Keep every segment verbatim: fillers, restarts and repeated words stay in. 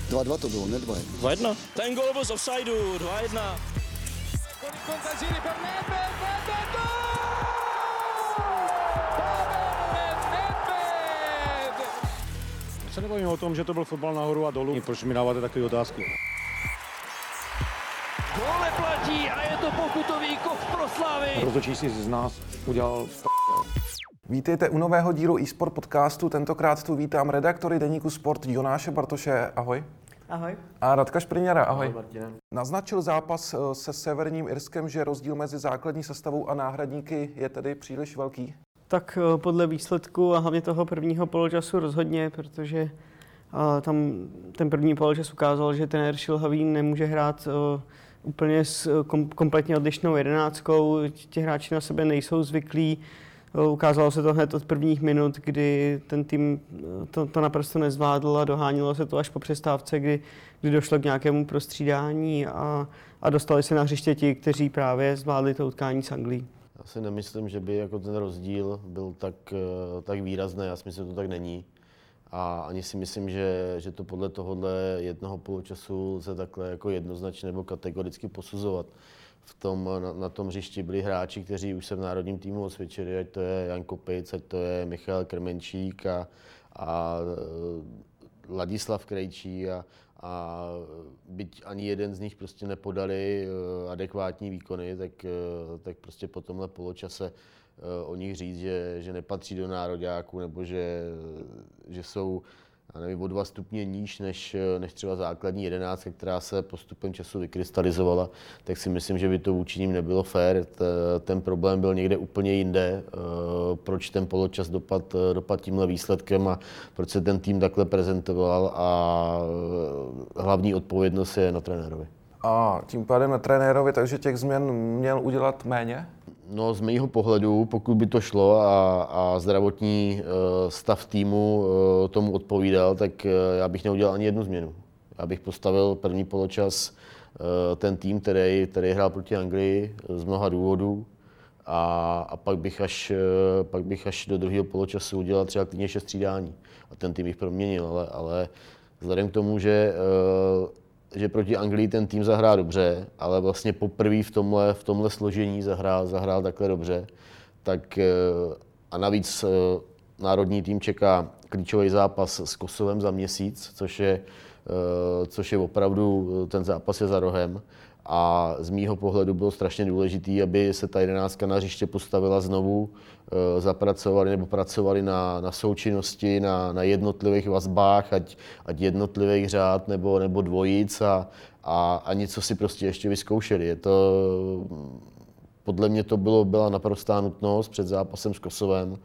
dva dva to bylo, ne dva jedna. dva jedna. Ten gol byl z offsideu, dva jedna. Se nebavím o tom, že to byl fotbal nahoru a dolů. Proč mi dáváte takové otázky? Gol neplatí a je to pokutový kov pro Slavii. Rozhodčí si z nás udělal p***. Vítejte u nového dílu eSport podcastu. Tentokrát tu vítám redaktory deníku Sport Jonáše Bartoše. Ahoj. Ahoj. A Radka Špriňara. Ahoj. Ahoj, Martine. Naznačil zápas se Severním Irskem, že rozdíl mezi základní sestavou a náhradníky je tedy příliš velký? Tak podle výsledku a hlavně toho prvního poločasu rozhodně, protože tam ten první poločas ukázal, že trenér Šilhavý nemůže hrát úplně s kom, kompletně odlišnou jedenáctkou. Ti hráči na sebe nejsou zvyklí. Ukázalo se to hned od prvních minut, kdy ten tým to, to naprosto nezvládl a dohánilo se to až po přestávce, kdy, kdy došlo k nějakému prostřídání a, a dostali se na hřiště ti, kteří právě zvládli to utkání s Anglií. Já si nemyslím, že by jako ten rozdíl byl tak, tak výrazný, já si myslím, že to tak není. A ani si myslím, že, že to podle tohohle jednoho poločasu se takhle jako jednoznačně nebo kategoricky posuzovat. V tom, na, na tom hřišti byli hráči, kteří už se v národním týmu osvědčili, ať to je Jan Kopic, ať to je Michal Krmenčík a, a Ladislav Krejčí a, a byť ani jeden z nich prostě nepodali adekvátní výkony, tak, tak prostě po tomhle poločase o nich říct, že, že nepatří do nároďáků nebo že, že jsou já nevím, o dva stupně níž než, než třeba základní jedenáctka, která se postupem času vykrystalizovala, tak si myslím, že by to vůči nim nebylo fér. Ten problém byl někde úplně jinde. Proč ten poločas dopad, dopad tímhle výsledkem a proč se ten tým takhle prezentoval a hlavní odpovědnost je na trenérovi. A tím pádem na trenérovi, takže těch změn měl udělat méně? No, z mého pohledu, pokud by to šlo a, a zdravotní uh, stav týmu uh, tomu odpovídal, tak uh, já bych neudělal ani jednu změnu. Já bych postavil první poločas uh, ten tým, který, který hrál proti Anglii z mnoha důvodů a, a pak, bych až, uh, pak bych až do druhého poločasu udělal třeba klidně šest střídání a ten tým bych proměnil, ale, ale vzhledem k tomu, že uh, že proti Anglii ten tým zahrál dobře, ale vlastně poprvé v tomhle, v tomhle složení zahrál, zahrál takhle dobře. Tak a navíc národní tým čeká klíčový zápas s Kosovem za měsíc, což je, což je opravdu, ten zápas je za rohem. A z mýho pohledu bylo strašně důležitý, aby se ta jedenáctka na hřiště postavila znovu, zapracovali nebo pracovali na, na součinnosti, na, na jednotlivých vazbách, ať, ať jednotlivých řád nebo, nebo dvojic a, a, a něco si prostě ještě vyzkoušeli. Je to, podle mě to bylo, byla naprostá nutnost před zápasem s Kosovem.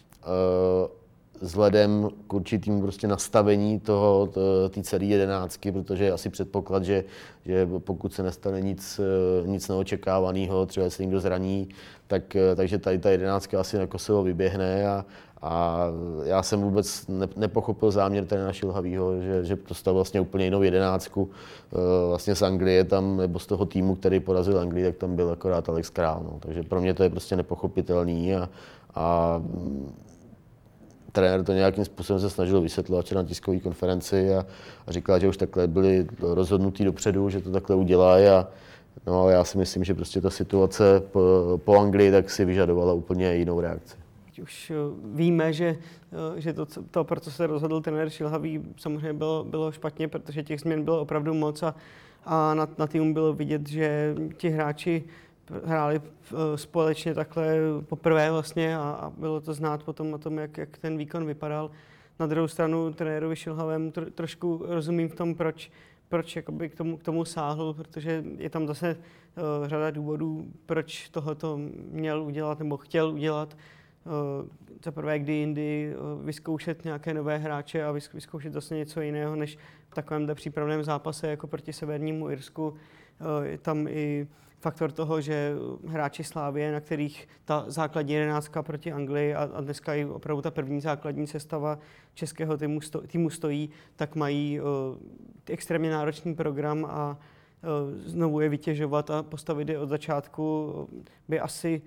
Vzhledem k určitým prostě nastavení toho, té celé jedenáctky, protože je asi předpoklad, že, že pokud se nestane nic, nic neočekávaného, třeba se někdo zraní, tak, takže tady ta jedenáctka asi na Kosovo vyběhne a, a já jsem vůbec ne, nepochopil záměr trenéra Šilhavýho, že, že to stalo vlastně úplně jinou jedenáctku vlastně z Anglie tam, nebo z toho týmu, který porazil Anglii, tak tam byl akorát Alex Král. No. Takže pro mě to je prostě nepochopitelný a, a trenér to nějakým způsobem se snažil vysvětlovat včera na tiskové konferenci a, a říkal, že už takhle byli rozhodnutí dopředu, že to takhle udělají. A, no, ale já si myslím, že prostě ta situace po, po Anglii tak si vyžadovala úplně jinou reakci. Už víme, že, že to, to, pro co se rozhodl trenér Šilhavý, samozřejmě bylo, bylo špatně, protože těch změn bylo opravdu moc a, a na, na týmu bylo vidět, že ti hráči hráli společně takhle poprvé vlastně a, a bylo to znát potom o tom, jak, jak ten výkon vypadal. Na druhou stranu trenérovi Šilhavému tro, trošku rozumím v tom, proč, proč jakoby k, tomu, k tomu sáhl, protože je tam zase uh, řada důvodů, proč tohoto měl udělat nebo chtěl udělat. Uh, za prvé, kdy jindy uh, vyzkoušet nějaké nové hráče a vyzkoušet zase něco jiného, než v takovémhle přípravném zápase jako proti Severnímu Irsku. Uh, je tam i faktor toho, že hráči Slavie, na kterých ta základní jedenáctka proti Anglii a, a dneska i opravdu ta první základní sestava českého týmu, sto, týmu stojí, tak mají uh, extrémně náročný program a uh, znovu je vytěžovat a postavit je od začátku by asi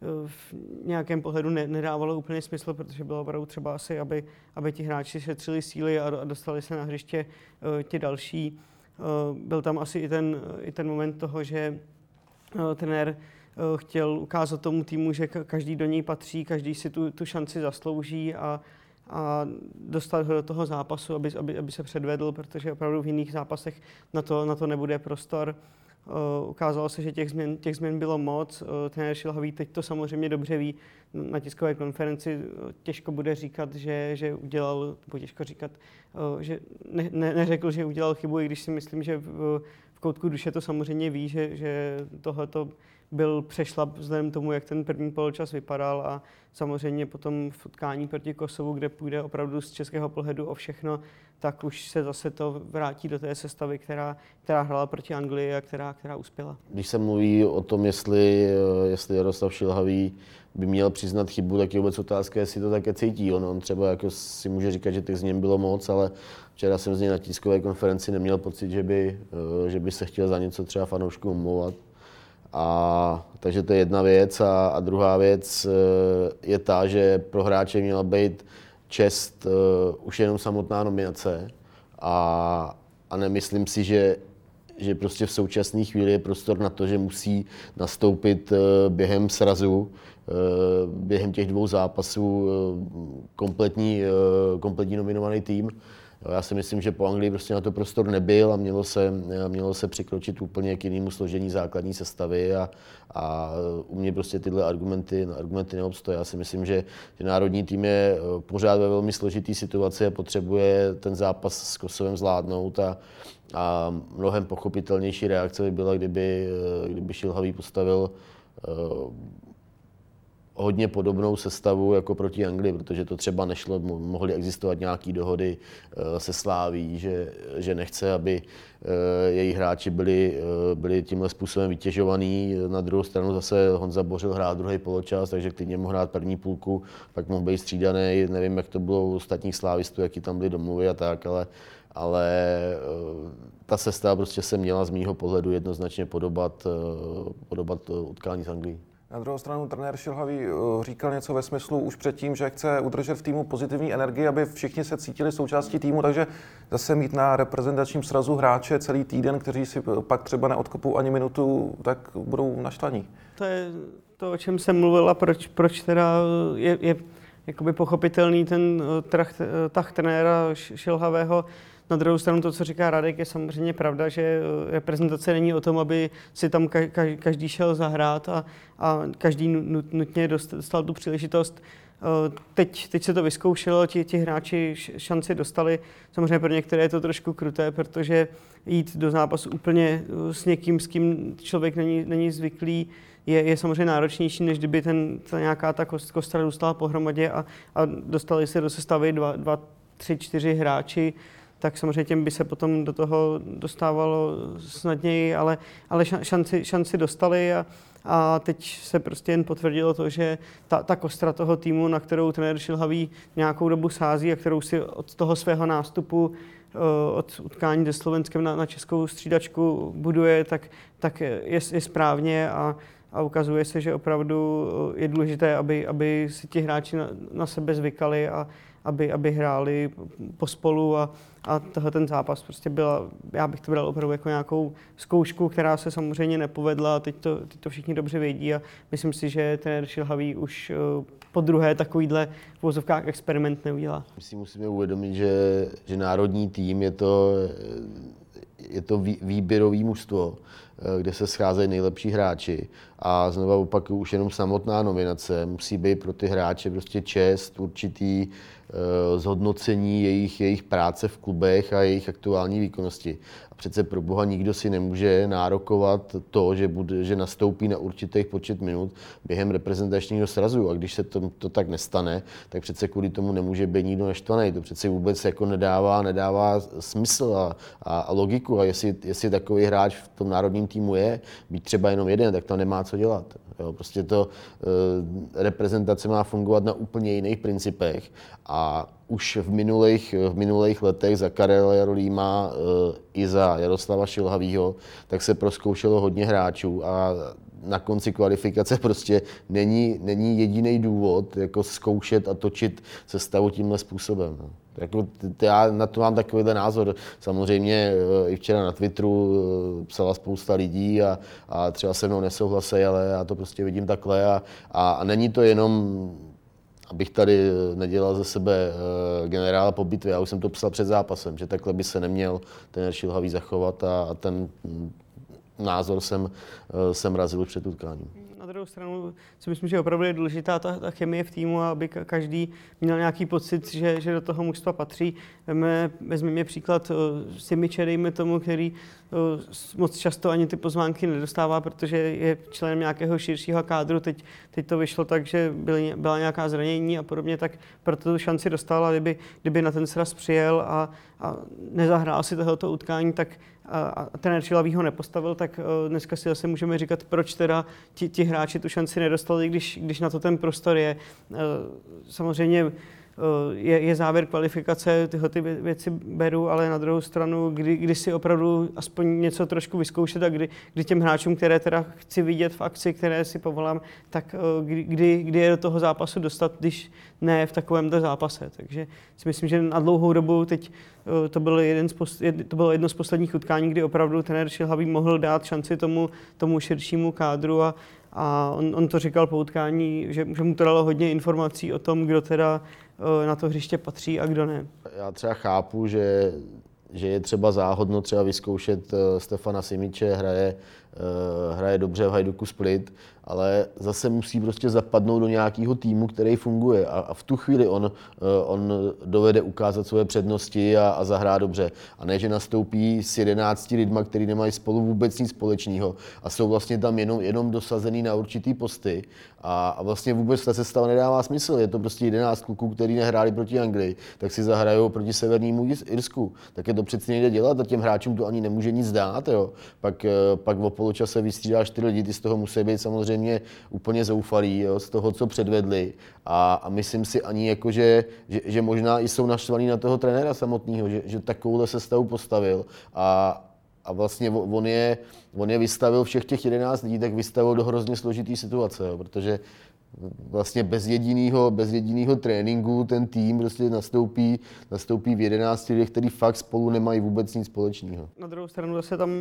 v nějakém pohledu ne, nedávalo úplně smysl, protože bylo opravdu třeba asi, aby, aby ti hráči šetřili síly a, a dostali se na hřiště uh, ti další. Uh, byl tam asi i ten, i ten moment toho, že uh, trenér uh, chtěl ukázat tomu týmu, že každý do něj patří, každý si tu, tu šanci zaslouží a, a dostat ho do toho zápasu, aby, aby, aby se předvedl, protože opravdu v jiných zápasech na to, na to nebude prostor. Uh, ukázalo se, že těch změn, těch změn bylo moc. Uh, trenér Šilhavý teď to samozřejmě dobře ví. Na tiskové konferenci uh, těžko bude říkat, že, že udělal, nebo těžko říkat, uh, že ne, ne, neřekl, že udělal chybu, i když si myslím, že v, v koutku duše to samozřejmě ví, že, že tohleto byl přešlap vzhledem tomu, jak ten první poločas vypadal a samozřejmě potom v utkání proti Kosovu, kde půjde opravdu z českého pohledu o všechno, tak už se zase to vrátí do té sestavy, která, která hrála proti Anglii a která, která uspěla. Když se mluví o tom, jestli, jestli Jaroslav Šilhavý by měl přiznat chybu, tak je vůbec otázka, jestli to také cítí. On, on třeba jako si může říkat, že těch změn bylo moc, ale včera jsem z něj na tiskové konferenci neměl pocit, že by, že by se chtěl za něco třeba fanouškům omlouvat. A, takže to je jedna věc. A, a druhá věc je ta, že pro hráče měla být čest uh, už jenom samotná nominace. A, a nemyslím si, že, že prostě v současné chvíli je prostor na to, že musí nastoupit uh, během srazu, uh, během těch dvou zápasů uh, kompletní, uh, kompletní nominovaný tým. Já si myslím, že po Anglii prostě na to prostor nebyl a mělo se, mělo se přikročit úplně k jinému složení základní sestavy a, a u mě prostě tyhle argumenty, argumenty neobstojí. Já si myslím, že, že národní tým je pořád ve velmi složitý situaci a potřebuje ten zápas s Kosovem zvládnout a, a mnohem pochopitelnější reakce by byla, kdyby, kdyby Šilhavý postavil hodně podobnou sestavu jako proti Anglii, protože to třeba nešlo, mohly existovat nějaké dohody se Slaví, že, že nechce, aby její hráči byli, byli tímhle způsobem vytěžovaní. Na druhou stranu zase Honza Bořil hrál druhý poločas, takže klidně mohl hrát první půlku, pak mohl být střídaný. Nevím, jak to bylo u ostatních slávistů, jaký tam byly domluvy a tak, ale, ale ta sestava prostě se měla z mýho pohledu jednoznačně podobat, podobat utkání s Anglií. Na druhou stranu trenér Šilhavý říkal něco ve smyslu už předtím, že chce udržet v týmu pozitivní energii, aby všichni se cítili součástí týmu, takže zase mít na reprezentačním srazu hráče celý týden, kteří si pak třeba neodkopou ani minutu, tak budou naštvaní. To je to, o čem jsem mluvil a proč, proč teda je, je jakoby pochopitelný ten tah, tah trenéra Šilhavého. Na druhou stranu to, co říká Radek, je samozřejmě pravda, že reprezentace není o tom, aby si tam každý šel zahrát a, a každý nutně dostal tu příležitost. Teď, teď se to vyzkoušelo, ti, ti hráči šanci dostali. Samozřejmě pro některé je to trošku kruté, protože jít do zápasu úplně s někým, s kým člověk není, není zvyklý, je, je samozřejmě náročnější, než kdyby ten, ta nějaká ta kostra zůstala pohromadě a, a dostali se do sestavy dva, dva, tři, čtyři hráči. Tak samozřejmě těm by se potom do toho dostávalo snadněji, ale, ale šanci, šanci dostali a, a teď se prostě jen potvrdilo to, že ta, ta kostra toho týmu, na kterou trenér Šilhavý nějakou dobu sází a kterou si od toho svého nástupu, od utkání se Slovenskem na, na českou střídačku buduje, tak, tak je, je správně a, a ukazuje se, že opravdu je důležité, aby, aby si ti hráči na, na sebe zvykali a aby, aby hráli pospolu a, a tohle ten zápas prostě byla, já bych to bral opravdu jako nějakou zkoušku, která se samozřejmě nepovedla a teď to, teď to všichni dobře vědí a myslím si, že trenér Šilhavý už po druhé takovýhle v vozovkách experiment neudělá. My si musíme uvědomit, že, že národní tým je to, je to vý, výběrový mužstvo, kde se scházejí nejlepší hráči a znova opakuju, už jenom samotná nominace musí být pro ty hráče prostě čest, určitý uh, zhodnocení jejich, jejich práce v klubech a jejich aktuální výkonnosti. A přece pro boha nikdo si nemůže nárokovat to, že, bude, že nastoupí na určitých počet minut během reprezentačního srazu a když se to, to tak nestane, tak přece kvůli tomu nemůže být nikdo naštvaný. To přece vůbec jako nedává, nedává smysl a, a, a logiku a jestli, jestli takový hráč v tom národním týmu je, být třeba jenom jeden, tak to nemá co dělat. Jo, prostě to e, reprezentace má fungovat na úplně jiných principech a už v minulých, v minulých letech za Karela Jarolíma e, i za Jaroslava Šilhavýho, tak se prozkoušelo hodně hráčů a na konci kvalifikace prostě není, není jediný důvod jako zkoušet a točit sestavu tímhle způsobem. No. Jako, já na to mám takovýhle názor. Samozřejmě i včera na Twitteru psala spousta lidí a, a třeba se mnou nesouhlasí, ale já to prostě vidím takhle a, a, a není to jenom, abych tady nedělal ze sebe generála po bitvě. Já už jsem to psal před zápasem, že takhle by se neměl ten Šilhavý zachovat a, a ten názor jsem, jsem razil už před utkáním. Na druhou stranu si myslím, že opravdu je důležitá ta, ta chemie v týmu, aby každý měl nějaký pocit, že, že do toho mužstva patří. Vezměme příklad Simiče, dejme tomu, který moc často ani ty pozvánky nedostává, protože je členem nějakého širšího kádru. Teď, teď to vyšlo tak, že byly, byla nějaká zranění a podobně, tak proto tu šanci dostal. A kdyby, kdyby na ten sraz přijel a, a nezahrál si tohoto utkání, tak a, a trenér Šilhavý ho nepostavil, tak dneska si zase můžeme říkat, proč teda ti, ti hráči tu šanci nedostali, když, když na to ten prostor je. Samozřejmě je, je závěr kvalifikace, tyhle ty věci beru, ale na druhou stranu, kdy, kdy si opravdu aspoň něco trošku vyzkoušet a kdy, kdy těm hráčům, které teda chci vidět v akci, které si povolám, tak kdy, kdy je do toho zápasu dostat, když ne v takovémto zápase. Takže si myslím, že na dlouhou dobu teď to bylo, jeden z, to bylo jedno z posledních utkání, kdy opravdu trenér Šilhavý mohl dát šanci tomu, tomu širšímu kádru a, a on, on to říkal po utkání, že, že mu to dalo hodně informací o tom, kdo teda na to hřiště patří a kdo ne. Já třeba chápu, že, že je třeba záhodno třeba vyzkoušet uh, Stefana Simiče, hraje, uh, hraje dobře v Hajduku Split, ale zase musí prostě zapadnout do nějakého týmu, který funguje a, a v tu chvíli on, uh, on dovede ukázat svoje přednosti a, a zahrá dobře. A ne, že nastoupí s jedenácti lidma, kteří nemají spolu vůbec nic společného a jsou vlastně tam jenom, jenom dosazený na určitý posty a, a vlastně vůbec ta sestava nedává smysl. Je to prostě jedenáct kluků, kteří nehráli proti Anglii, tak si zahrajou proti Severnímu Irsku. Tak je to přeci nejde dělat a těm hráčům to ani nemůže nic dát. Jo. Pak, pak o poločase vystřídáš ty lidi, ty z toho musí být samozřejmě úplně zoufalí, jo, z toho, co předvedli. A, a myslím si ani, jako, že, že, že možná i jsou naštvaný na toho trenéra samotného, že, že takovouhle sestavu postavil. A, a vlastně on je, on je vystavil všech těch jedenáct lidí, tak vystavil do hrozně složitý situace, jo, protože vlastně bez jedinýho, bez jedinýho tréninku ten tým prostě nastoupí, nastoupí v jedenácti lidech, kteří fakt spolu nemají vůbec nic společného. Na druhou stranu zase tam,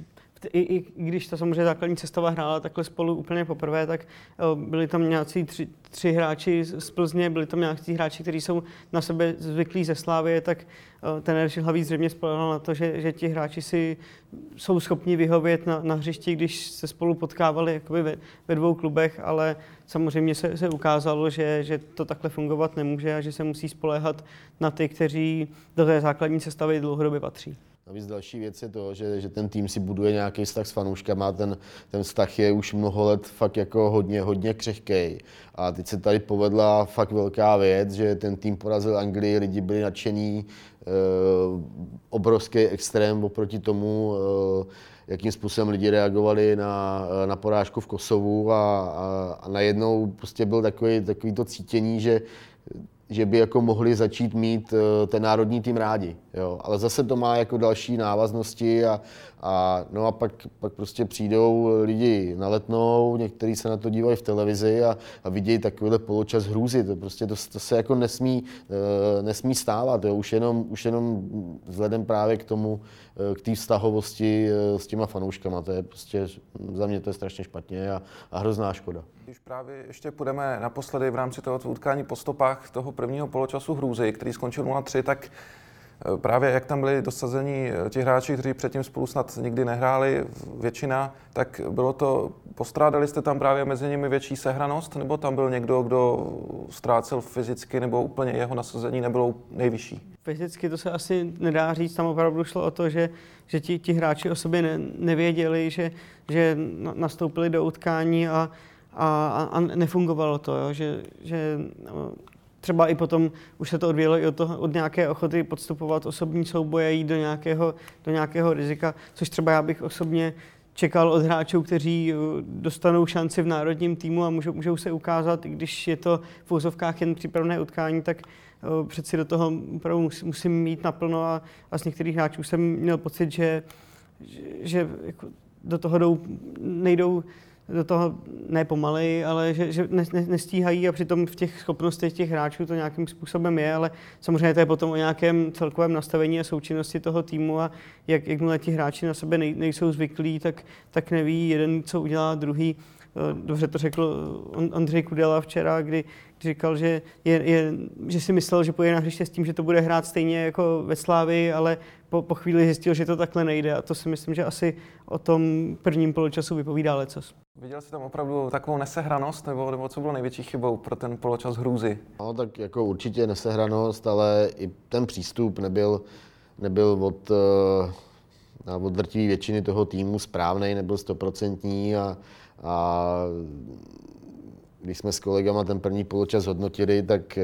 i, i když ta samozřejmě základní sestava hrála takhle spolu úplně poprvé, tak byli tam nějací tři, tři hráči z Plzně, byli tam nějací hráči, kteří jsou na sebe zvyklí ze Slávie, tak ten Šilhavý zřejmě spoléhal na to, že, že ti hráči si jsou schopni vyhovět na, na hřišti, když se spolu potkávali jakoby ve, ve dvou klubech, ale samozřejmě se, se ukázalo, že, že to takhle fungovat nemůže a že se musí spoléhat na ty, kteří do té základní sestavy dlouhodobě patří. Navíc další věc je to, že, že ten tým si buduje nějaký vztah s fanouškama, ten, ten vztah je už mnoho let fakt jako hodně, hodně křehkej. A teď se tady povedla fakt velká věc, že ten tým porazil Anglii, lidi byli nadšení, e, obrovský extrém oproti tomu, e, jakým způsobem lidi reagovali na, na porážku v Kosovu a, a, a najednou prostě byl takový, takový to cítění, že že by jako mohli začít mít ten národní tým rádi. Jo. Ale zase to má jako další návaznosti a, a, no a pak, pak prostě přijdou lidi na Letnou, někteří se na to dívají v televizi a, a vidějí takovýhle poločas hrůzy. To, prostě to, to se jako nesmí, nesmí stávat. Jo. Už, jenom, už jenom vzhledem právě k tomu, k té vztahovosti s těma fanouškama. To je prostě, za mě to je strašně špatně a, a hrozná škoda. Když právě ještě půjdeme naposledy v rámci tohoto utkání po stopách toho prvního poločasu hrůzy, který skončil nula tři, tak právě jak tam byli dosazeni ti hráči, kteří předtím spolu snad nikdy nehráli, většina, tak bylo to, postrádali jste tam právě mezi nimi větší sehranost, nebo tam byl někdo, kdo ztrácel fyzicky, nebo úplně jeho nasazení nebylo nejvyšší? Fyzicky to se asi nedá říct, tam opravdu šlo o to, že, že ti, ti hráči o sobě ne, nevěděli, že, že nastoupili do utkání a A, a nefungovalo to, jo? Že, že třeba i potom už se to odvíjelo i od, toho, od nějaké ochoty podstupovat osobní souboje, jít do nějakého, do nějakého rizika, což třeba já bych osobně čekal od hráčů, kteří dostanou šanci v národním týmu a můžou, můžou se ukázat, i když je to v úzovkách jen přípravné utkání, tak přeci do toho opravdu musím mít naplno a, a z některých hráčů jsem měl pocit, že, že, že jako do toho jdou, nejdou do toho ne pomalej, ale že, že ne, ne, nestíhají a přitom v těch schopnostech těch hráčů to nějakým způsobem je, ale samozřejmě to je potom o nějakém celkovém nastavení a součinnosti toho týmu a jak, jakmile ti hráči na sebe nej, nejsou zvyklí, tak, tak neví jeden, co udělá druhý. Dobře to řekl Ondřej Kudela včera, kdy, kdy říkal, že, je, je, že si myslel, že pojede na hřiště s tím, že to bude hrát stejně jako ve Slávii, ale po, po chvíli zjistil, že to takhle nejde a to si myslím, že asi o tom prvním poločasu vypovídá lecos. Viděl jsi tam opravdu takovou nesehranost, nebo, nebo co bylo největší chybou pro ten poločas hrůzy? No tak jako určitě nesehranost, ale i ten přístup nebyl, nebyl od, od drtivé většiny toho týmu správnej, nebyl stoprocentní a A když jsme s kolegama ten první poločas hodnotili, tak,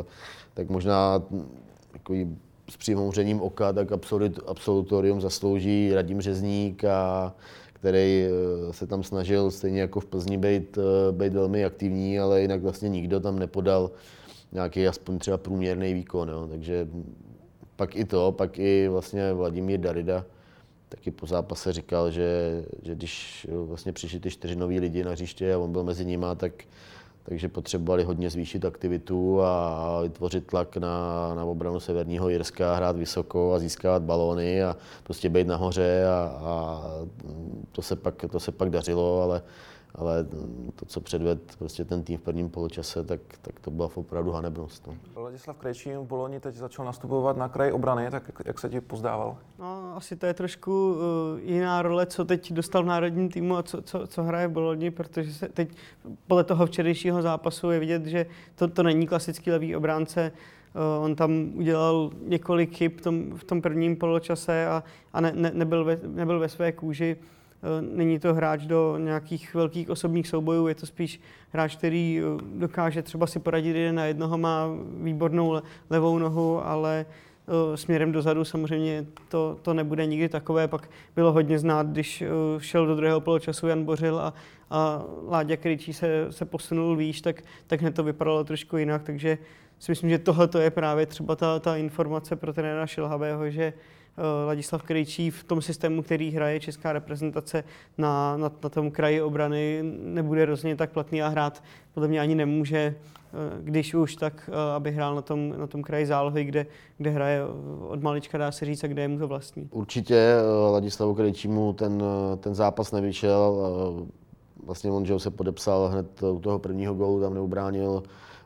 tak možná takový s přimouřením oka, tak absolut, absolutorium zaslouží Radim Řezník, a, který se tam snažil stejně jako v Plzni být, být velmi aktivní, ale jinak vlastně nikdo tam nepodal nějaký aspoň třeba průměrný výkon. Jo. Takže pak i to, pak i vlastně Vladimír Darida taky po zápase říkal, že, že když vlastně přišli ty čtyři noví lidi na hřiště a on byl mezi nimi, tak, takže potřebovali hodně zvýšit aktivitu a vytvořit tlak na, na obranu Severního Jirska, hrát vysoko a získávat balóny a prostě být nahoře a, a to, se pak, to se pak dařilo, ale, ale to, co předvedl prostě ten tým v prvním poločase, tak, tak to byla opravdu hanebnost. No. Ladislav Krejčí v Boloni teď začal nastupovat na kraji obrany, tak jak se ti pozdával? No, asi to je trošku uh, jiná role, co teď dostal v národním týmu a co, co, co hraje v Boloni, protože se teď podle toho včerejšího zápasu je vidět, že to, to není klasický levý obránce. Uh, on tam udělal několik chyb v tom, v tom prvním poločase a, a ne, ne, nebyl, ve, nebyl ve své kůži. Není to hráč do nějakých velkých osobních soubojů, je to spíš hráč, který dokáže třeba si poradit jeden na jednoho, má výbornou levou nohu, ale směrem dozadu samozřejmě to, to nebude nikdy takové. Pak bylo hodně znát, když šel do druhého poločasu Jan Bořil a, a Láďa Krejčí se, se posunul výš, tak, tak hned to vypadalo trošku jinak, takže si myslím, že tohle je právě třeba ta, ta informace pro trenéra Šilhavého, že Ladislav Krejčí v tom systému, který hraje česká reprezentace na, na, na tom kraji obrany, nebude rozhodně tak platný a hrát podle mě ani nemůže, když už, tak aby hrál na tom, na tom kraji zálohy, kde, kde hraje od malička, dá se říct, a kde je mu to vlastní. Určitě Ladislavu Krejčímu ten, ten zápas nevyšel. Vlastně on, že se podepsal hned u toho prvního gólu, tam neubránil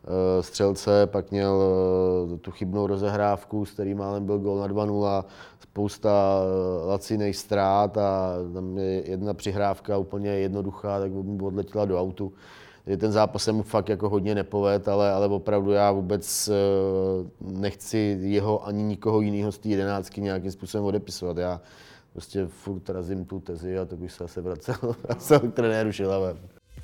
střelce, pak měl tu chybnou rozehrávku, s který málem byl gól na dva nula, spousta laciných ztrát a tam je jedna přihrávka úplně jednoduchá, tak mu odletěla do autu. Ten zápas se mu fakt jako hodně nepoved, ale, ale opravdu já vůbec nechci jeho ani nikoho jiného z té jedenáctky nějakým způsobem odepisovat. Já prostě furt razím tu tezi a to bych se zase vracel, vracel k trenéru Šilhavému.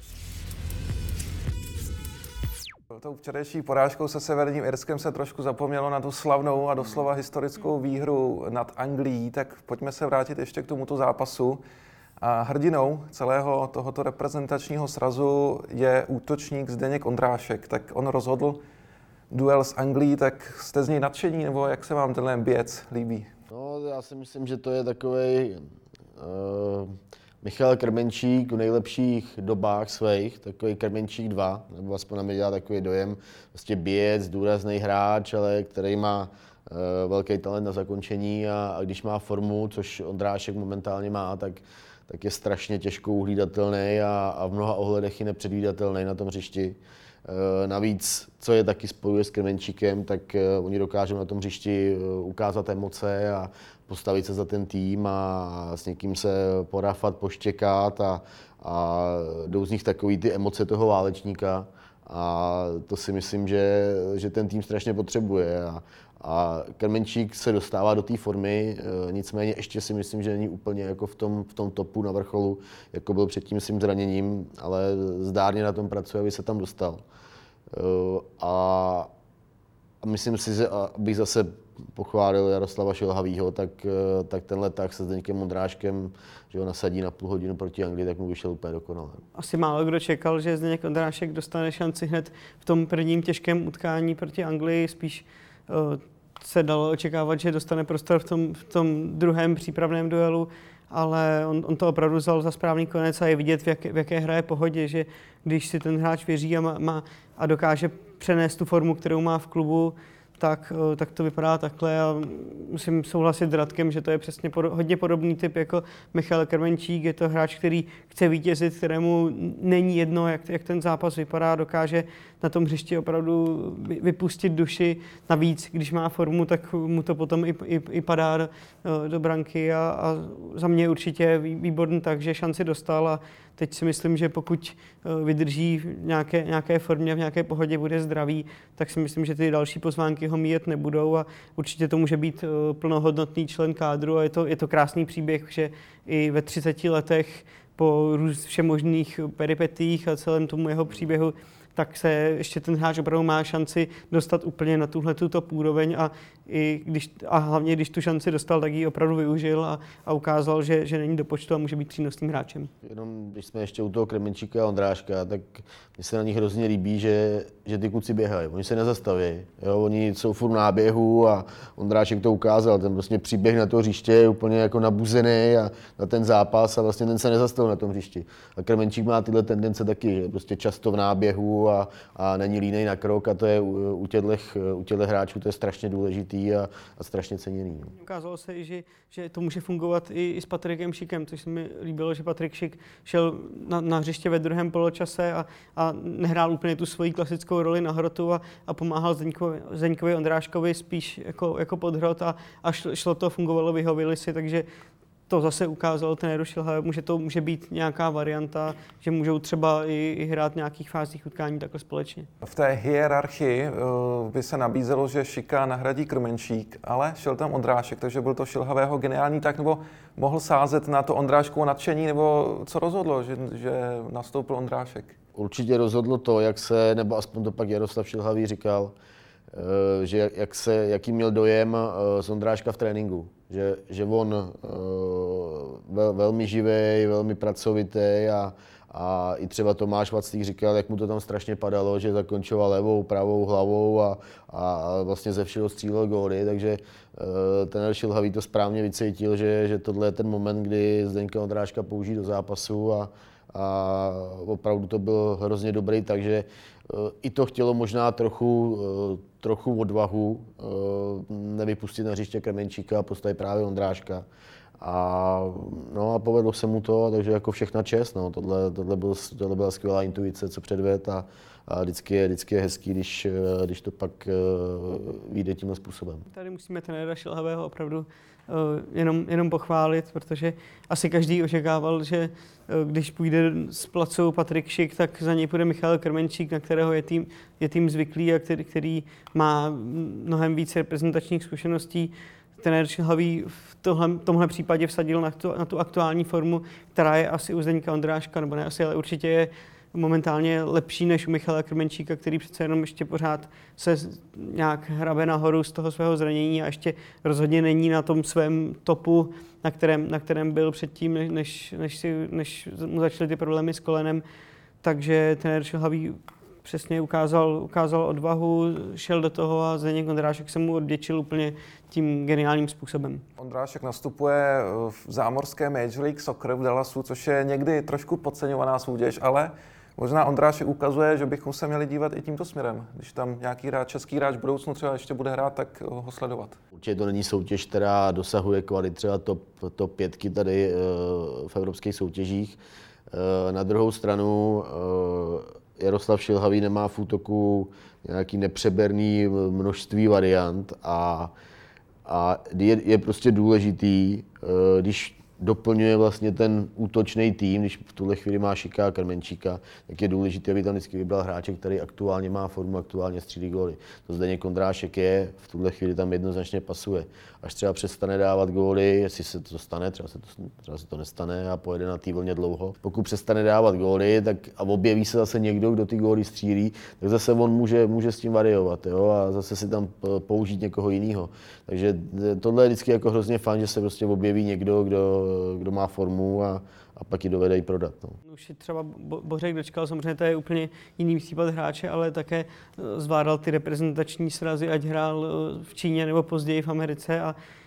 Tou včerejší porážkou se Severním Irskem se trošku zapomnělo na tu slavnou a doslova historickou výhru nad Anglií, tak pojďme se vrátit ještě k tomuto zápasu. A hrdinou celého tohoto reprezentačního srazu je útočník Zdeněk Ondrášek. Tak on rozhodl duel s Anglií, tak jste z něj nadšení, nebo jak se vám tenhle běc líbí? No, já si myslím, že to je takovej uh, Michal Krmenčík v nejlepších dobách svých, takový Krmenčík dva, nebo aspoň na mě dělá takový dojem. Prostě běc, důrazný hráč, ale který má uh, velký talent na zakončení a, a když má formu, což Ondrášek momentálně má, tak, tak je strašně těžko uhlídatelný a, a v mnoha ohledech i nepředvídatelný na tom hřišti. Uh, navíc, co je taky spojuje s Krmenčíkem, tak uh, oni dokážou na tom hřišti uh, ukázat emoce a postavit se za ten tým a s někým se porafat, poštěkat a, a jdou z nich takový ty emoce toho válečníka a to si myslím, že, že ten tým strašně potřebuje. A, a Krmenčík se dostává do té formy, nicméně ještě si myslím, že není úplně jako v tom, v tom topu na vrcholu, jako byl před tím svým zraněním, ale zdárně na tom pracuje, aby se tam dostal. A, a myslím si, že abych zase pochválil Jaroslava Šilhavýho, tak, tak tenhle tah se Zdeňkem Ondráškem, že ho nasadí na půl hodinu proti Anglii, tak mu vyšel úplně dokonale. Asi málo kdo čekal, že Zdeněk Ondrášek dostane šanci hned v tom prvním těžkém utkání proti Anglii. Spíš uh, se dalo očekávat, že dostane prostor v tom, v tom druhém přípravném duelu, ale on, on to opravdu vzal za správný konec a je vidět, v, jak, v jaké hraje pohodě, že když si ten hráč věří a, má, má, a dokáže přenést tu formu, kterou má v klubu, tak, tak to vypadá takhle a musím souhlasit s Radkem, že to je přesně pod, hodně podobný typ jako Michal Krmenčík. Je to hráč, který chce vítězit, kterému není jedno, jak, jak ten zápas vypadá, dokáže na tom hřišti opravdu vypustit duši. Navíc, když má formu, tak mu to potom i, i, i padá do, do branky a, a za mě určitě výborný, takže šanci dostal a teď si myslím, že pokud vydrží v nějaké, nějaké formě, v nějaké pohodě, bude zdravý, tak si myslím, že ty další pozvánky ho míjet nebudou a určitě to může být plnohodnotný člen kádru a je to, je to krásný příběh, že i ve třiceti letech po všemožných peripetích a celém tomu jeho příběhu tak se ještě ten hráč opravdu má šanci dostat úplně na tuhletu top úroveň a, i když, a hlavně když tu šanci dostal, tak ji opravdu využil a, a ukázal, že, že není do počtu a může být přínosným hráčem. Jenom když jsme ještě u toho Krmenčíka a Ondráška, tak mně se na nich hrozně líbí, že, že ty kluci běhají, oni se nezastaví, jo? Oni jsou furt v náběhu a Ondrášek to ukázal, ten prostě příběh na to hřiště je úplně jako nabuzený a na ten zápas a vlastně ten se nezastavil na tom hřišti. A Krmenčík má tyhle tendence taky, že prostě často v náběhu a, a není línej na krok a to je u, u těchto hráčů to je strašně důležitý a, a strašně ceněný. No. Ukázalo se i, že, že to může fungovat i, i s Patrikem Šikem, což se mi líbilo, že Patrik Šik šel na, na hřiště ve druhém poločase a, a nehrál úplně tu svoji klasickou roli na hrotu a, a pomáhal Zdeňkovi, Zdeňkovi Ondráškovi spíš jako, jako podhrot a, a šlo, šlo to, fungovalo, vyhovili si, takže to zase ukázalo trenéru Šilhavému, že to může být nějaká varianta, že můžou třeba i, i hrát v nějakých fázích utkání takhle společně. V té hierarchii uh, by se nabízelo, že Šika nahradí Krmenčík, ale šel tam Ondrášek, takže byl to Šilhavého geniální tak, nebo mohl sázet na to Ondráškovo nadšení, nebo co rozhodlo, že, že nastoupil Ondrášek? Určitě rozhodlo to, jak se, nebo aspoň to pak Jaroslav Šilhavý říkal, že jak se, jaký měl dojem z Ondráška v tréninku. Že, že on vel, velmi živý, velmi pracovitý a, a i třeba Tomáš Vaclík říkal, jak mu to tam strašně padalo, že zakončoval levou, pravou hlavou a, a vlastně ze všeho střílel góly, takže ten Šilhavý to správně vycítil, že, že tohle je ten moment, kdy Zdeňka Ondráška použijí do zápasu a, a opravdu to byl hrozně dobrý, takže i to chtělo možná trochu, trochu odvahu, nevypustit na hřiště Krmenčíka a postavit právě Ondráška. A, no a povedlo se mu to, takže jako všechna čest. No. Tohle, tohle, byl, tohle byla skvělá intuice, co předved a, a vždycky, je, vždycky je hezký, když, když to pak uh, vyjde tímhle způsobem. Tady musíme trenéra Šilhavého opravdu uh, jenom, jenom pochválit, protože asi každý očekával, že uh, když půjde z placu Patrik Šik, tak za něj půjde Michal Krmenčík, na kterého je tým, je tým zvyklý a který, který má mnohem více reprezentačních zkušeností. Trenér Šilhavý v tohle, tomhle případě vsadil na tu, na tu aktuální formu, která je asi u Zdeňka Ondráška, nebo ne asi, ale určitě je momentálně lepší než u Michala Krmenčíka, který přece jenom ještě pořád se nějak hrabe nahoru z toho svého zranění a ještě rozhodně není na tom svém topu, na kterém, na kterém byl předtím, než, než, si, než mu začaly ty problémy s kolenem. Takže trenér Šilhavý přesně ukázal, ukázal odvahu, šel do toho a Zdeněk Ondrášek se mu odděčil úplně tím geniálním způsobem. Ondrášek nastupuje v zámořské Major League Soccer v Dallasu, což je někdy trošku podceňovaná soutěž, ale možná Ondrášek ukazuje, že bychom se měli dívat i tímto směrem. Když tam nějaký hráč, český hráč v budoucnu třeba ještě bude hrát, tak ho sledovat. Určitě to není soutěž, která dosahuje kvalit třeba top, top pětky tady v evropských soutěžích. Na druhou stranu Jaroslav Šilhavý nemá v útoku nějaký nepřeberný množství variant a, a je, je prostě důležitý, když doplňuje vlastně ten útočný tým, když v tuhle chvíli má Šika a Krmenčíka, tak je důležité, aby tam vždycky vybral hráče, který aktuálně má formu, aktuálně střílí góly. To Zdeněk Ondrášek je, v tuhle chvíli tam jednoznačně pasuje. Až třeba přestane dávat góly, jestli se to stane, třeba se to, třeba se to nestane a pojede na té vlně dlouho. Pokud přestane dávat góly, tak a objeví se zase někdo, kdo ty góly střílí, tak zase on může, může s tím variovat, jo, a zase si tam použít někoho jiného. Takže tohle je vždycky jako hrozně fajn, že se prostě objeví někdo, kdo, kdo má formu a, a pak ji dovede i prodat. No. Už třeba Bořek dočkal, samozřejmě to je úplně jiný případ hráče, ale také zvládal ty reprezentační srazy, ať hrál v Číně nebo později v Americe a,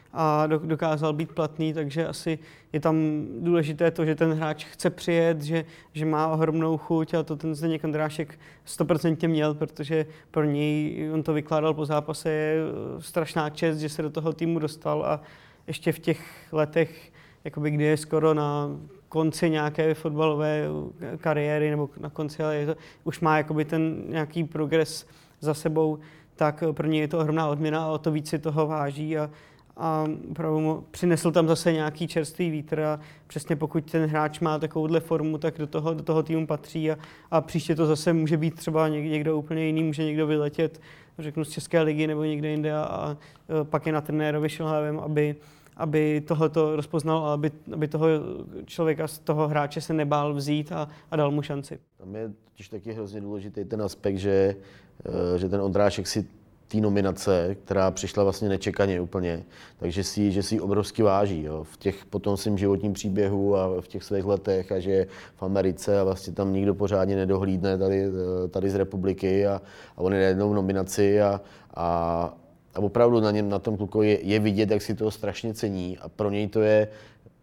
a dokázal být platný, takže asi je tam důležité to, že ten hráč chce přijet, že, že má ohromnou chuť a to ten Zdeněk Ondrášek stoprocentně měl, protože pro něj, on to vykládal po zápase, je strašná čest, že se do toho týmu dostal a ještě v těch letech, jakoby, kdy je skoro na konci nějaké fotbalové kariéry nebo na konci, ale je to, už má jakoby ten nějaký progres za sebou, tak pro něj je to ohromná odměna a o to víc si toho váží a, a opravdu přinesl tam zase nějaký čerstvý vítr a přesně pokud ten hráč má takovouhle formu, tak do toho, do toho týmu patří a, a příště to zase může být třeba někdo úplně jiný, může někdo vyletět, řeknu z České ligy nebo někde jinde a, a pak je na trenérovi Šilhavém, aby aby tohleto rozpoznal a aby, aby toho člověka, z toho hráče se nebál vzít a, a dal mu šanci. Tam je totiž taky hrozně důležitý ten aspekt, že, že ten Ondrášek si té nominace, která přišla vlastně nečekaně úplně, takže si, že si ji obrovsky váží, jo, v těch potom svým životním příběhu a v těch svých letech a že je v Americe a vlastně tam nikdo pořádně nedohlídne tady, tady z republiky a, a on je najednou v nominaci a, a A opravdu na něm, na tom klukovi je, je vidět, jak si toho strašně cení a pro něj to je,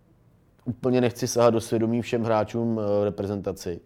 úplně nechci sahat do svědomí všem hráčům v reprezentaci,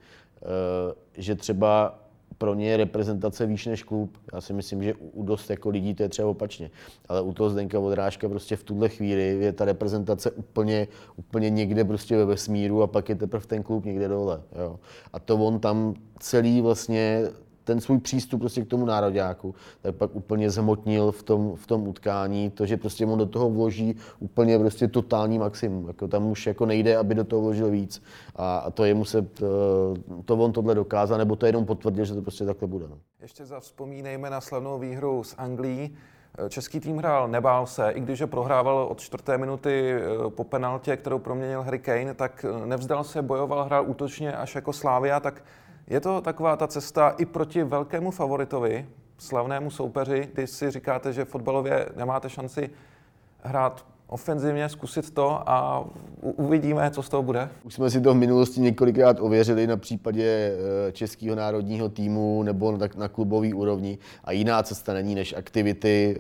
že třeba pro ně je reprezentace výš než klub. Já si myslím, že u dost jako lidí to je třeba opačně. Ale u toho Zdenka Ondráška prostě v tuhle chvíli je ta reprezentace úplně, úplně někde prostě ve vesmíru a pak je teprve ten klub někde dole. Jo. A to on tam celý vlastně ten svůj přístup prostě k tomu nároďáku, tak pak úplně zhmotnil v tom, v tom utkání, to, že prostě on do toho vloží úplně prostě totální maximum. Jako tam už jako nejde, aby do toho vložil víc. A, a to je muset, to on tohle dokázal, nebo to jenom potvrdil, že to prostě takhle bude. No. Ještě zavzpomínejme na slavnou výhru s Anglií. Český tým hrál, nebál se, i když je prohrával od čtvrté minuty po penaltě, kterou proměnil Harry Kane, tak nevzdal se, bojoval, hrál útočně až jako Slavia, tak je to taková ta cesta i proti velkému favoritovi, slavnému soupeři, kdy si říkáte, že fotbalově nemáte šanci hrát ofenzivně, zkusit to a uvidíme, co z toho bude? Už jsme si to v minulosti několikrát ověřili na případě českého národního týmu nebo na klubové úrovni a jiná cesta není než aktivity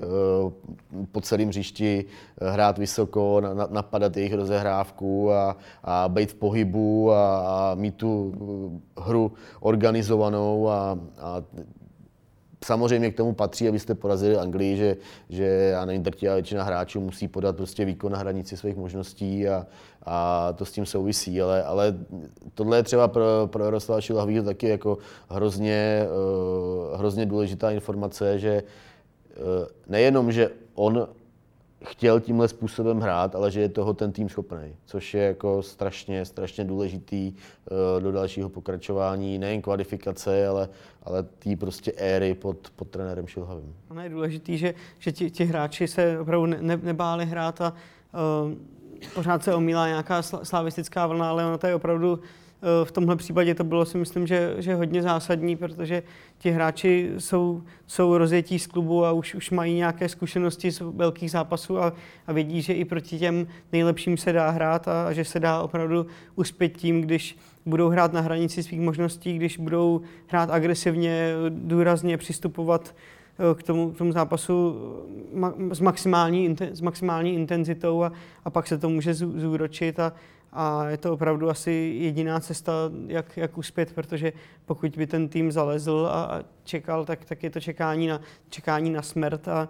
po celém hřišti, hrát vysoko, napadat jejich rozehrávku a, a být v pohybu a, a mít tu hru organizovanou a, a samozřejmě k tomu patří, abyste porazili Anglii, že, že já nevím, drtivá většina hráčů musí podat prostě výkon na hranici svých možností a, a to s tím souvisí, ale, ale tohle je třeba pro, pro Jaroslava Šilhavýho taky jako hrozně, uh, hrozně důležitá informace, že uh, nejenom, že on chtěl tímhle způsobem hrát, ale že je toho ten tým schopný, což je jako strašně, strašně důležitý uh, do dalšího pokračování, nejen kvalifikace, ale, ale tý prostě éry pod, pod trenérem Šilhavým. Ono je důležitý, že, že ti, ti hráči se opravdu ne, nebáli hrát a uh, pořád se omílá nějaká slavistická vlna, ale ono to je opravdu v tomhle případě to bylo, si myslím, že, že hodně zásadní, protože ti hráči jsou, jsou rozjetí z klubu a už, už mají nějaké zkušenosti z velkých zápasů a, a vědí, že i proti těm nejlepším se dá hrát a, a že se dá opravdu uspět tím, když budou hrát na hranici svých možností, když budou hrát agresivně, důrazně přistupovat k tomu, k tomu zápasu ma, s, maximální, s maximální intenzitou a, a pak se to může zúročit a, a je to opravdu asi jediná cesta, jak, jak uspět, protože pokud by ten tým zalezl a, a čekal, tak, tak je to čekání na, čekání na smrt a,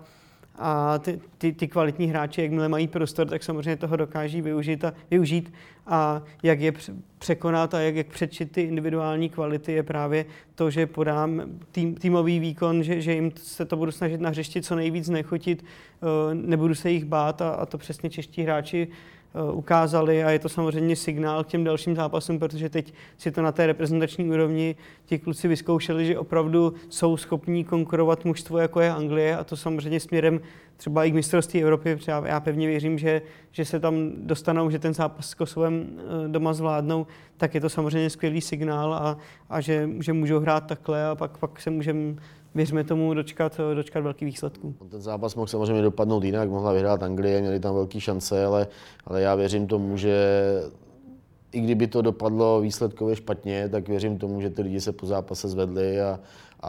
a ty, ty, ty kvalitní hráči, jakmile mají prostor, tak samozřejmě toho dokáží využít a, využít a jak je překonat a jak, jak předčit ty individuální kvality je právě to, že podám tým, týmový výkon, že, že jim se to budu snažit na hřišti co nejvíc nechutit, nebudu se jich bát a, a to přesně čeští hráči ukázali a je to samozřejmě signál k těm dalším zápasům, protože teď si to na té reprezentační úrovni ti kluci vyzkoušeli, že opravdu jsou schopní konkurovat mužstvu, jako je Anglie a to samozřejmě směrem třeba i k mistrovství Evropy. Já pevně věřím, že, že se tam dostanou, že ten zápas s Kosovem doma zvládnou, tak je to samozřejmě skvělý signál a, a že, že můžou hrát takhle a pak, pak se můžeme věřme tomu dočkat, dočkat velkých výsledků. Ten zápas mohl samozřejmě dopadnout jinak, mohla vyhrát Anglie, měli tam velké šance, ale, ale já věřím tomu, že i kdyby to dopadlo výsledkově špatně, tak věřím tomu, že ty lidi se po zápase zvedli a,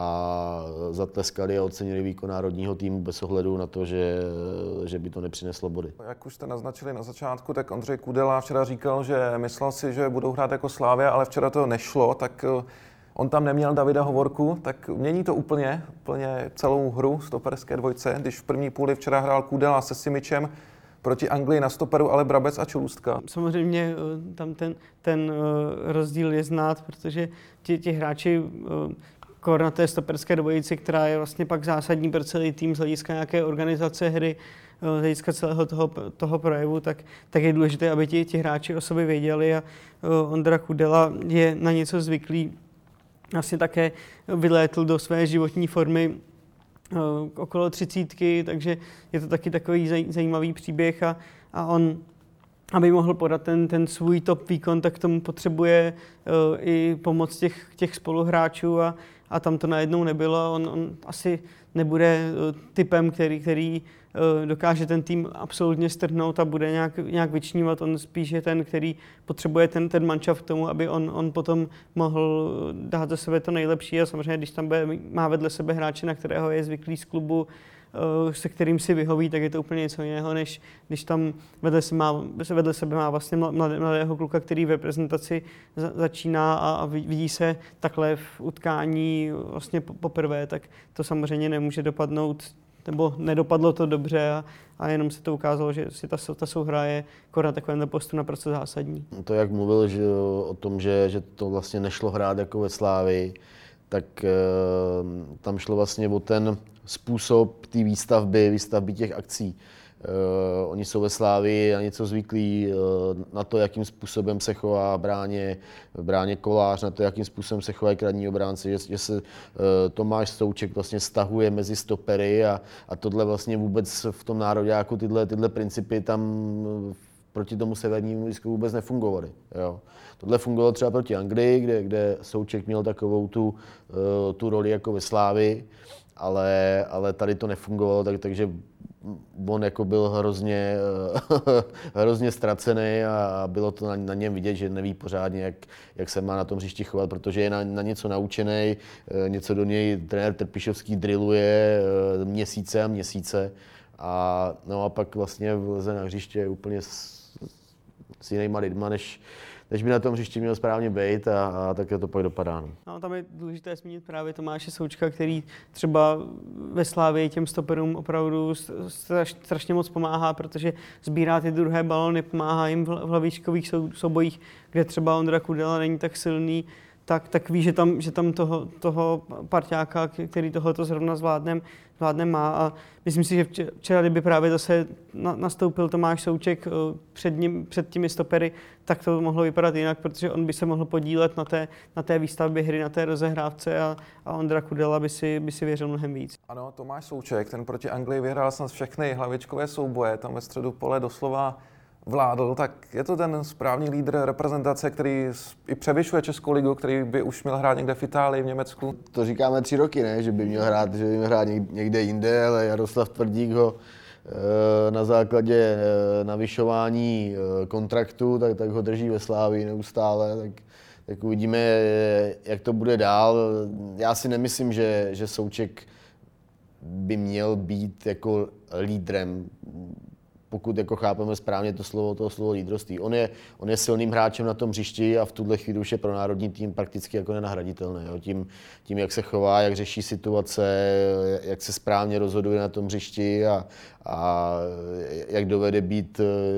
a zatleskali a ocenili výkon národního týmu bez ohledu na to, že, že by to nepřineslo body. Jak už jste naznačili na začátku, tak Ondřej Kudela včera říkal, že myslel si, že budou hrát jako Slavia, ale včera to nešlo, tak on tam neměl Davida Hovorku, tak mění to úplně, úplně celou hru stoperské dvojce, když v první půli včera hrál Kudela se Simičem, proti Anglii na stoperu ale Brabec a Čelůstka. Samozřejmě tam ten, ten rozdíl je znát, protože ti, ti hráči kor na té stoperské dvojici, která je vlastně pak zásadní pro celý tým z hlediska nějaké organizace hry, z hlediska celého toho, toho projevu, tak, tak je důležité, aby ti, ti hráči o sobě věděli a Ondra Kudela je na něco zvyklý. Vlastně také vylétl do své životní formy okolo třicítky, takže je to taky takový zajímavý příběh a, a on, aby mohl podat ten, ten svůj top výkon, tak k tomu potřebuje uh, i pomoc těch, těch spoluhráčů a, a tam to najednou nebylo. On, on asi nebude uh, typem, který, který uh, dokáže ten tým absolutně strhnout a bude nějak, nějak vyčnívat. On spíš je ten, který potřebuje ten, ten manšaft k tomu, aby on, on potom mohl dát za sebe to nejlepší a samozřejmě, když tam bude, má vedle sebe hráče, na kterého je zvyklý z klubu, se kterým si vyhoví, tak je to úplně něco jiného, než když tam vedle, se má, vedle sebe má vlastně mladého kluka, který v reprezentaci za, začíná a, a vidí se takhle v utkání vlastně poprvé, tak to samozřejmě nemůže dopadnout, nebo nedopadlo to dobře a, a jenom se to ukázalo, že si ta, ta souhra je na takovémhle postu naprosto zásadní. To, jak mluvil že, o tom, že, že to vlastně nešlo hrát jako ve Slávii, tak e, tam šlo vlastně o ten způsob té výstavby, výstavby těch akcí. E, oni jsou ve Slávii na něco zvyklí, e, na to, jakým způsobem se chová bráně, bráně Kolář, na to, jakým způsobem se chovají kradní obránci, že, že se e, Tomáš Souček vlastně stahuje mezi stopery a, a tohle vlastně vůbec v tom nároďáku, tyhle, tyhle principy tam proti tomu severnímu disku vůbec nefungovaly. Jo. Tohle fungovalo třeba proti Anglii, kde, kde Souček měl takovou tu, tu roli jako ve Slávii, ale, ale tady to nefungovalo, tak, takže on jako byl hrozně, hrozně ztracený a bylo to na, na něm vidět, že neví pořádně, jak, jak se má na tom hřišti chovat, protože je na, na něco naučený, něco do něj trenér Trpišovský drilluje měsíce a měsíce. A, no a pak vlastně vleze na hřiště úplně s, s jinýma lidma, než, než by na tom hřišti měl správně být a, a takhle to pak dopadá. No. No, tam je důležité zmínit právě Tomáše Součka, který třeba ve Slávii těm stoperům opravdu straš, strašně moc pomáhá, protože sbírá ty druhé balony, pomáhá jim v hlavíčkových sou, soubojích, kde třeba Ondra Kudela není tak silný, tak, tak ví, že tam, že tam toho, toho parťáka, který tohleto zrovna zvládne, zvládne má. A myslím si, že včera, kdyby právě zase nastoupil Tomáš Souček před, ním, před těmi stopery, tak to mohlo vypadat jinak, protože on by se mohl podílet na té, na té výstavbě hry, na té rozehrávce a, a Ondra Kudela by si, by si věřil mnohem víc. Ano, Tomáš Souček, ten proti Anglii vyhrál snad všechny hlavičkové souboje, tam ve středu pole doslova vládl, tak je to ten správný lídr reprezentace, který i převyšuje Českou ligu, který by už měl hrát někde v Itálii, v Německu. To říkáme tři roky, ne? Že by měl hrát, že by měl hrát někde jinde, ale Jaroslav Tvrdík ho na základě navyšování kontraktu, tak, tak ho drží ve Slávii neustále. Tak, tak uvidíme, jak to bude dál. Já si nemyslím, že, že Souček by měl být jako lídrem, pokud jako chápeme správně to slovo, toho slovo lídrovství. On je, on je silným hráčem na tom hřišti a v tuhle chvíli už je pro národní tým prakticky jako nenahraditelný. Jo. Tím, tím, jak se chová, jak řeší situace, jak se správně rozhoduje na tom hřišti a, a jak dovede být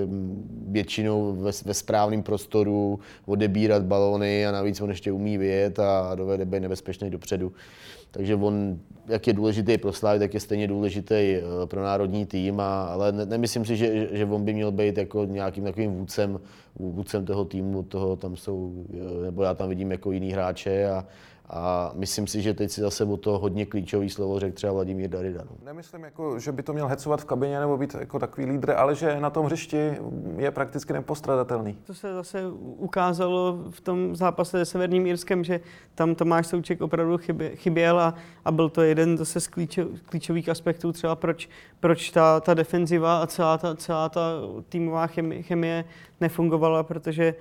většinou ve, ve správném prostoru, odebírat balony a navíc on ještě umí vyjet a dovede být nebezpečný dopředu. Takže on, jak je důležitý pro Slávy, tak je stejně důležitý pro národní tým, a, ale ne, nemyslím si, že, že on by měl být jako nějakým takovým vůdcem, vůdcem toho týmu, toho tam jsou, nebo já tam vidím jako jiný hráče a, a myslím si, že teď si zase o to hodně klíčový slovo řekl třeba Vladimír Darida. No. Nemyslím, jako, že by to měl hecovat v kabině nebo být jako takový lídr, ale že na tom hřišti je prakticky nepostradatelný. To se zase ukázalo v tom zápase se Severním Irskem, že tam Tomáš Souček opravdu chyběl a, a byl to jeden zase z klíčo, klíčových aspektů, třeba proč, proč ta, ta defenziva a celá ta, celá ta týmová chemie, chemie nefungovala, protože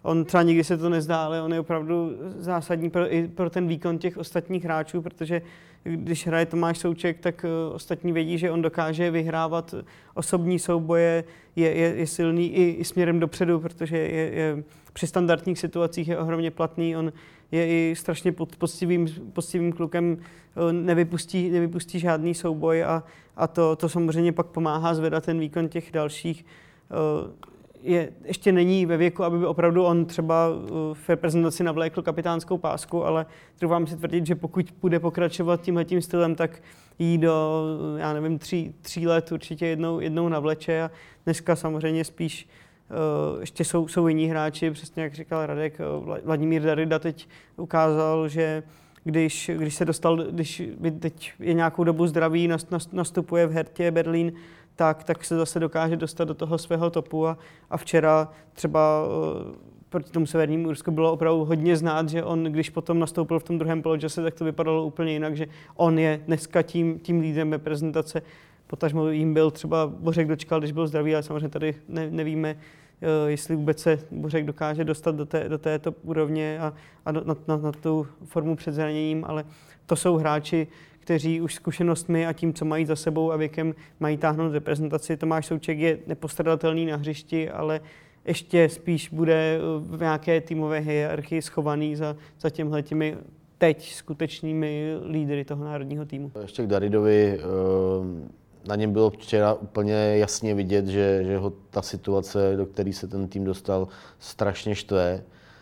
on třeba nikdy se to nezdá, ale on je opravdu zásadní pro, i pro ten výkon těch ostatních hráčů, protože když hraje Tomáš Souček, tak uh, ostatní vědí, že on dokáže vyhrávat osobní souboje, je, je, je silný i, i směrem dopředu, protože je, je při standardních situacích je ohromně platný, on je i strašně pod, poctivým, poctivým klukem, uh, nevypustí, nevypustí žádný souboj a, a to, to samozřejmě pak pomáhá zvedat ten výkon těch dalších. Uh, je, ještě není ve věku, aby opravdu on třeba v reprezentaci navlékl kapitánskou pásku, ale trvám si tvrdit, že pokud bude pokračovat tímhletím stylem, tak jí do, já nevím, tří, tří let určitě jednou, jednou navleče a dneska samozřejmě spíš uh, ještě jsou, jsou jiní hráči, přesně jak říkal Radek, Vladimír Darida teď ukázal, že když, když se dostal, když teď je nějakou dobu zdravý, nastupuje v Hertě Berlín, tak, tak se zase dokáže dostat do toho svého topu a, a včera třeba uh, proti tomu Severnímu Irsku bylo opravdu hodně znát, že on, když potom nastoupil v tom druhém poločase, tak to vypadalo úplně jinak, že on je dneska tím, tím lídrem reprezentace. Potažmo jim byl třeba Bořek Dočkal, když byl zdravý, ale samozřejmě tady ne, nevíme, uh, jestli vůbec se Bořek dokáže dostat do, té, do této úrovně a, a do, na, na, na tu formu před zraněním, ale to jsou hráči, kteří už zkušenostmi a tím, co mají za sebou a věkem, mají táhnout reprezentaci. Tomáš Souček je nepostradatelný na hřišti, ale ještě spíš bude v nějaké týmové hierarchii schovaný za, za těmhletěmi teď skutečnými lídry toho národního týmu. Ještě k Daridovi, na něm bylo včera úplně jasně vidět, že, že ho ta situace, do které se ten tým dostal, strašně štve.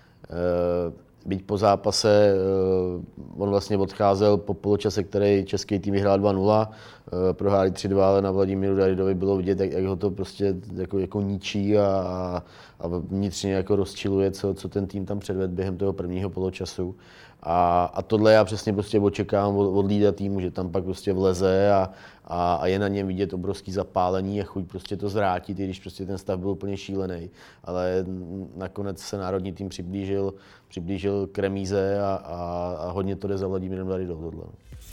Byť po zápase on vlastně odcházel po poločase, který český tým vyhrál dva nula, prohráli tři dva, ale na Vladimíru Daridovi bylo vidět, jak, jak ho to prostě jako, jako ničí a, a vnitřně jako rozčiluje, co, co ten tým tam předvedl během toho prvního poločasu. A, a tohle já přesně prostě očekávám od, od lídra týmu, že tam pak prostě vleze a, a, a je na něm vidět obrovský zapálení a chuť prostě to zvrátit, i když prostě ten stav byl úplně šílený. Ale nakonec se národní tým přiblížil, přiblížil k remíze a, a, a hodně to jde za Vladimírem Daridou tohle.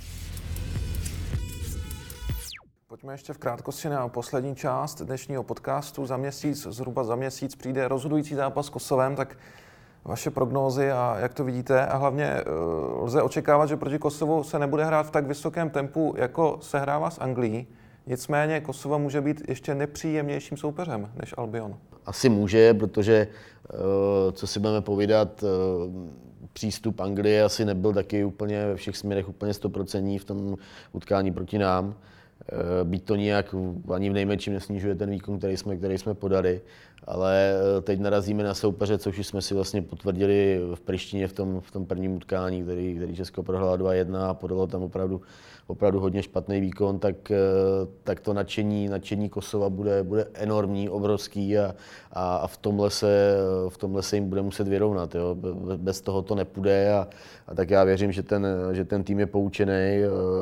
Pojďme ještě v krátkosti na poslední část dnešního podcastu. Za měsíc, zhruba za měsíc přijde rozhodující zápas s Kosovem, tak vaše prognózy a jak to vidíte a hlavně lze očekávat, že proti Kosovu se nebude hrát v tak vysokém tempu, jako se hrává s Anglií. Nicméně Kosovo může být ještě nepříjemnějším soupeřem než Albion. Asi může, protože co si budeme povídat, přístup Anglie asi nebyl taky úplně ve všech směrech úplně stoprocentní v tom utkání proti nám. Byť to nijak ani v nejmenším nesnižuje ten výkon, který jsme, který jsme podali, ale teď narazíme na soupeře, což už jsme si vlastně potvrdili v Prištině v tom, v tom prvním utkání, který, který Česko prohrálo dva jedna a podalo tam opravdu, opravdu hodně špatný výkon, tak, tak to nadšení, nadšení Kosova bude, bude enormní, obrovský a, a, a v, tomhle se, v tomhle se jim bude muset vyrovnat. Jo. Bez toho to nepůjde a, a tak já věřím, že ten, že ten tým je poučený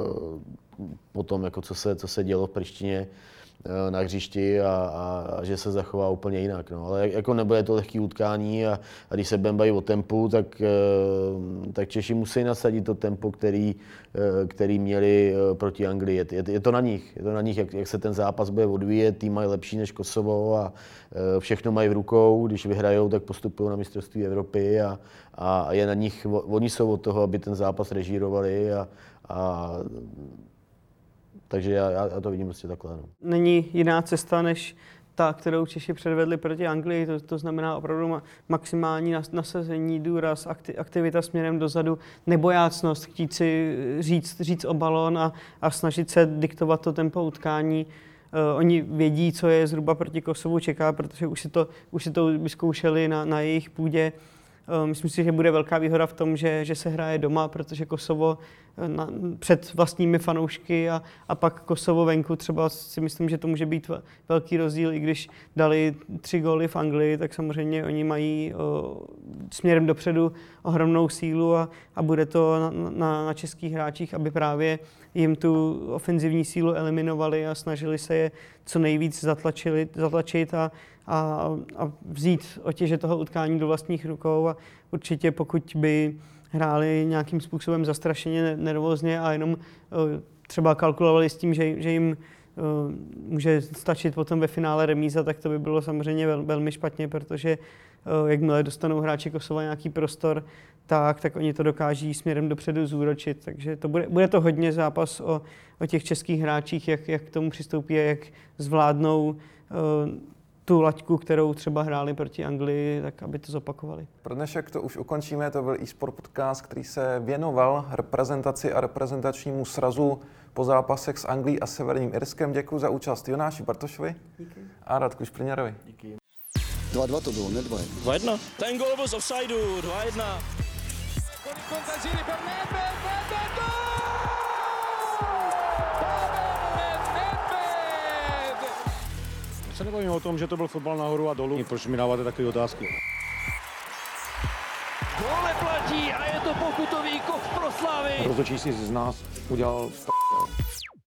po tom, jako co, se, co se dělo v Prištině na hřišti a, a, a že se zachová úplně jinak. No. Ale jako nebude to lehký utkání a, a když se budeme bavit o tempu, tak, tak Češi musí nasadit to tempo, který, který měli proti Anglii. Je, je, je to na nich, je to na nich jak, jak se ten zápas bude odvíjet. Tým mají lepší než Kosovo a všechno mají v rukou. Když vyhrajou, tak postupují na mistrovství Evropy a, a je na nich, oni jsou od toho, aby ten zápas režírovali a, a takže já, já to vidím prostě takhle. No. Není jiná cesta, než ta, kterou Češi předvedli proti Anglii. To, to znamená opravdu maximální nasazení, důraz, aktivita směrem dozadu, nebojácnost, chtít si říct, říct o balón a, a snažit se diktovat to tempo utkání. Uh, oni vědí, co je zhruba proti Kosovu čeká, protože už si to, už si to vyzkoušeli na, na jejich půdě. Myslím si, že bude velká výhoda v tom, že, že se hraje doma, protože Kosovo na, před vlastními fanoušky a, a pak Kosovo venku. Třeba si myslím, že to může být velký rozdíl, i když dali tři góly v Anglii, tak samozřejmě oni mají o, směrem dopředu ohromnou sílu a, a bude to na, na, na českých hráčích, aby právě jim tu ofenzivní sílu eliminovali a snažili se je co nejvíc zatlačili, zatlačit a, a, a vzít otěže toho utkání do vlastních rukou a určitě pokud by hráli nějakým způsobem zastrašeně, nervózně a jenom třeba kalkulovali s tím, že, že jim může stačit potom ve finále remíza, tak to by bylo samozřejmě vel, velmi špatně, protože jakmile dostanou hráči Kosova nějaký prostor, tak, tak oni to dokáží směrem dopředu zúročit. Takže to bude, bude to hodně zápas o, o těch českých hráčích, jak, jak k tomu přistoupí a jak zvládnou uh, tu laťku, kterou třeba hráli proti Anglii, tak aby to zopakovali. Pro dnešek to už ukončíme, to byl eSport podcast, který se věnoval reprezentaci a reprezentačnímu srazu po zápasech s Anglií a Severním Irskem. Děkuji za účast Jonáši Bartošovi. Díky. A Radku Špriňarovi. Díky. dva dva to bylo, ne dva jedna. dva jedna. Ten gol byl z offsideu, dva jedna. Se nebavíme o tom, že to byl fotbal nahoru a dolů. Proč mi dáváte takové otázky? Gol neplatí a je to pokutový kov pro Slavii. Rozhodčí si z nás udělal